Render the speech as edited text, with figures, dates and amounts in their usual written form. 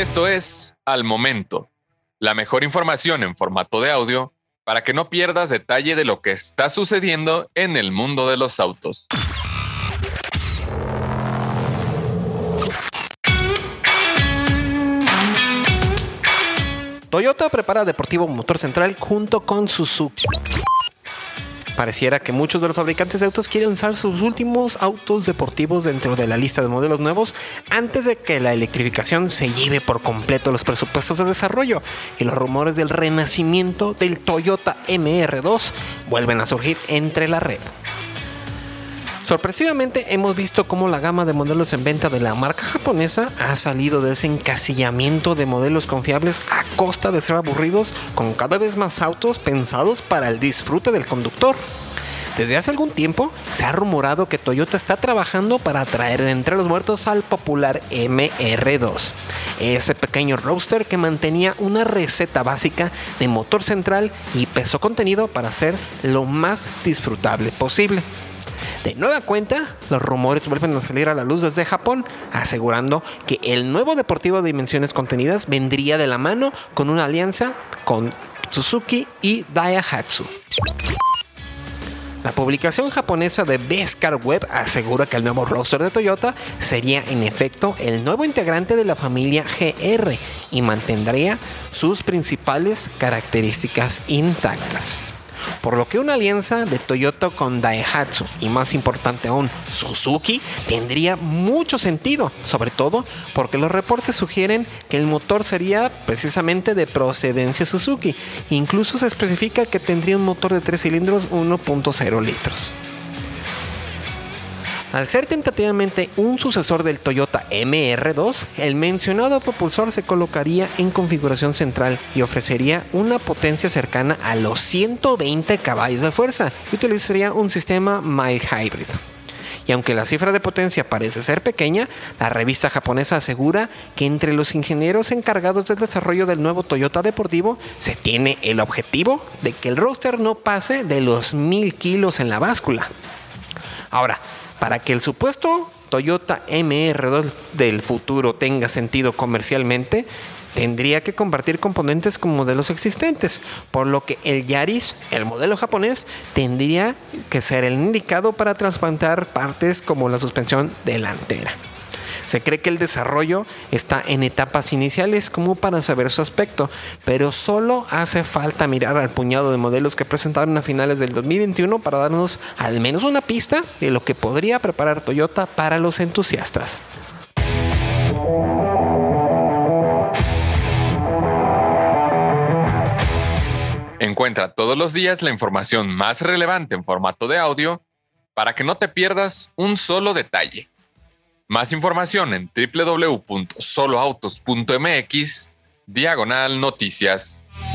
Esto es Al Momento, la mejor información en formato de audio para que no pierdas detalle de lo que está sucediendo en el mundo de los autos. Toyota prepara deportivo motor central junto con Suzuki. Pareciera que muchos de los fabricantes de autos quieren lanzar sus últimos autos deportivos dentro de la lista de modelos nuevos antes de que la electrificación se lleve por completo los presupuestos de desarrollo, y los rumores del renacimiento del Toyota MR2 vuelven a surgir entre la red. Sorpresivamente hemos visto cómo la gama de modelos en venta de la marca japonesa ha salido de ese encasillamiento de modelos confiables a costa de ser aburridos, con cada vez más autos pensados para el disfrute del conductor. Desde hace algún tiempo se ha rumorado que Toyota está trabajando para traer de entre los muertos al popular MR2, ese pequeño roadster que mantenía una receta básica de motor central y peso contenido para ser lo más disfrutable posible. De nueva cuenta, los rumores vuelven a salir a la luz desde Japón, asegurando que el nuevo deportivo de dimensiones contenidas vendría de la mano con una alianza con Suzuki y Daihatsu. La publicación japonesa de Beskar Web asegura que el nuevo roadster de Toyota sería en efecto el nuevo integrante de la familia GR y mantendría sus principales características intactas. Por lo que una alianza de Toyota con Daihatsu y, más importante aún, Suzuki tendría mucho sentido, sobre todo porque los reportes sugieren que el motor sería precisamente de procedencia Suzuki. Incluso se especifica que tendría un motor de 3 cilindros 1.0 litros. Al ser tentativamente un sucesor del Toyota MR2, el mencionado propulsor se colocaría en configuración central y ofrecería una potencia cercana a los 120 caballos de fuerza y utilizaría un sistema mild hybrid. Y aunque la cifra de potencia parece ser pequeña, la revista japonesa asegura que entre los ingenieros encargados del desarrollo del nuevo Toyota deportivo se tiene el objetivo de que el roadster no pase de los 1000 kilos en la báscula. Ahora, para que el supuesto Toyota MR2 del futuro tenga sentido comercialmente, tendría que compartir componentes con modelos existentes, por lo que el Yaris, el modelo japonés, tendría que ser el indicado para trasplantar partes como la suspensión delantera. Se cree que el desarrollo está en etapas iniciales como para saber su aspecto, pero solo hace falta mirar al puñado de modelos que presentaron a finales del 2021 para darnos al menos una pista de lo que podría preparar Toyota para los entusiastas. Encuentra todos los días la información más relevante en formato de audio para que no te pierdas un solo detalle. Más información en www.soloautos.mx/noticias.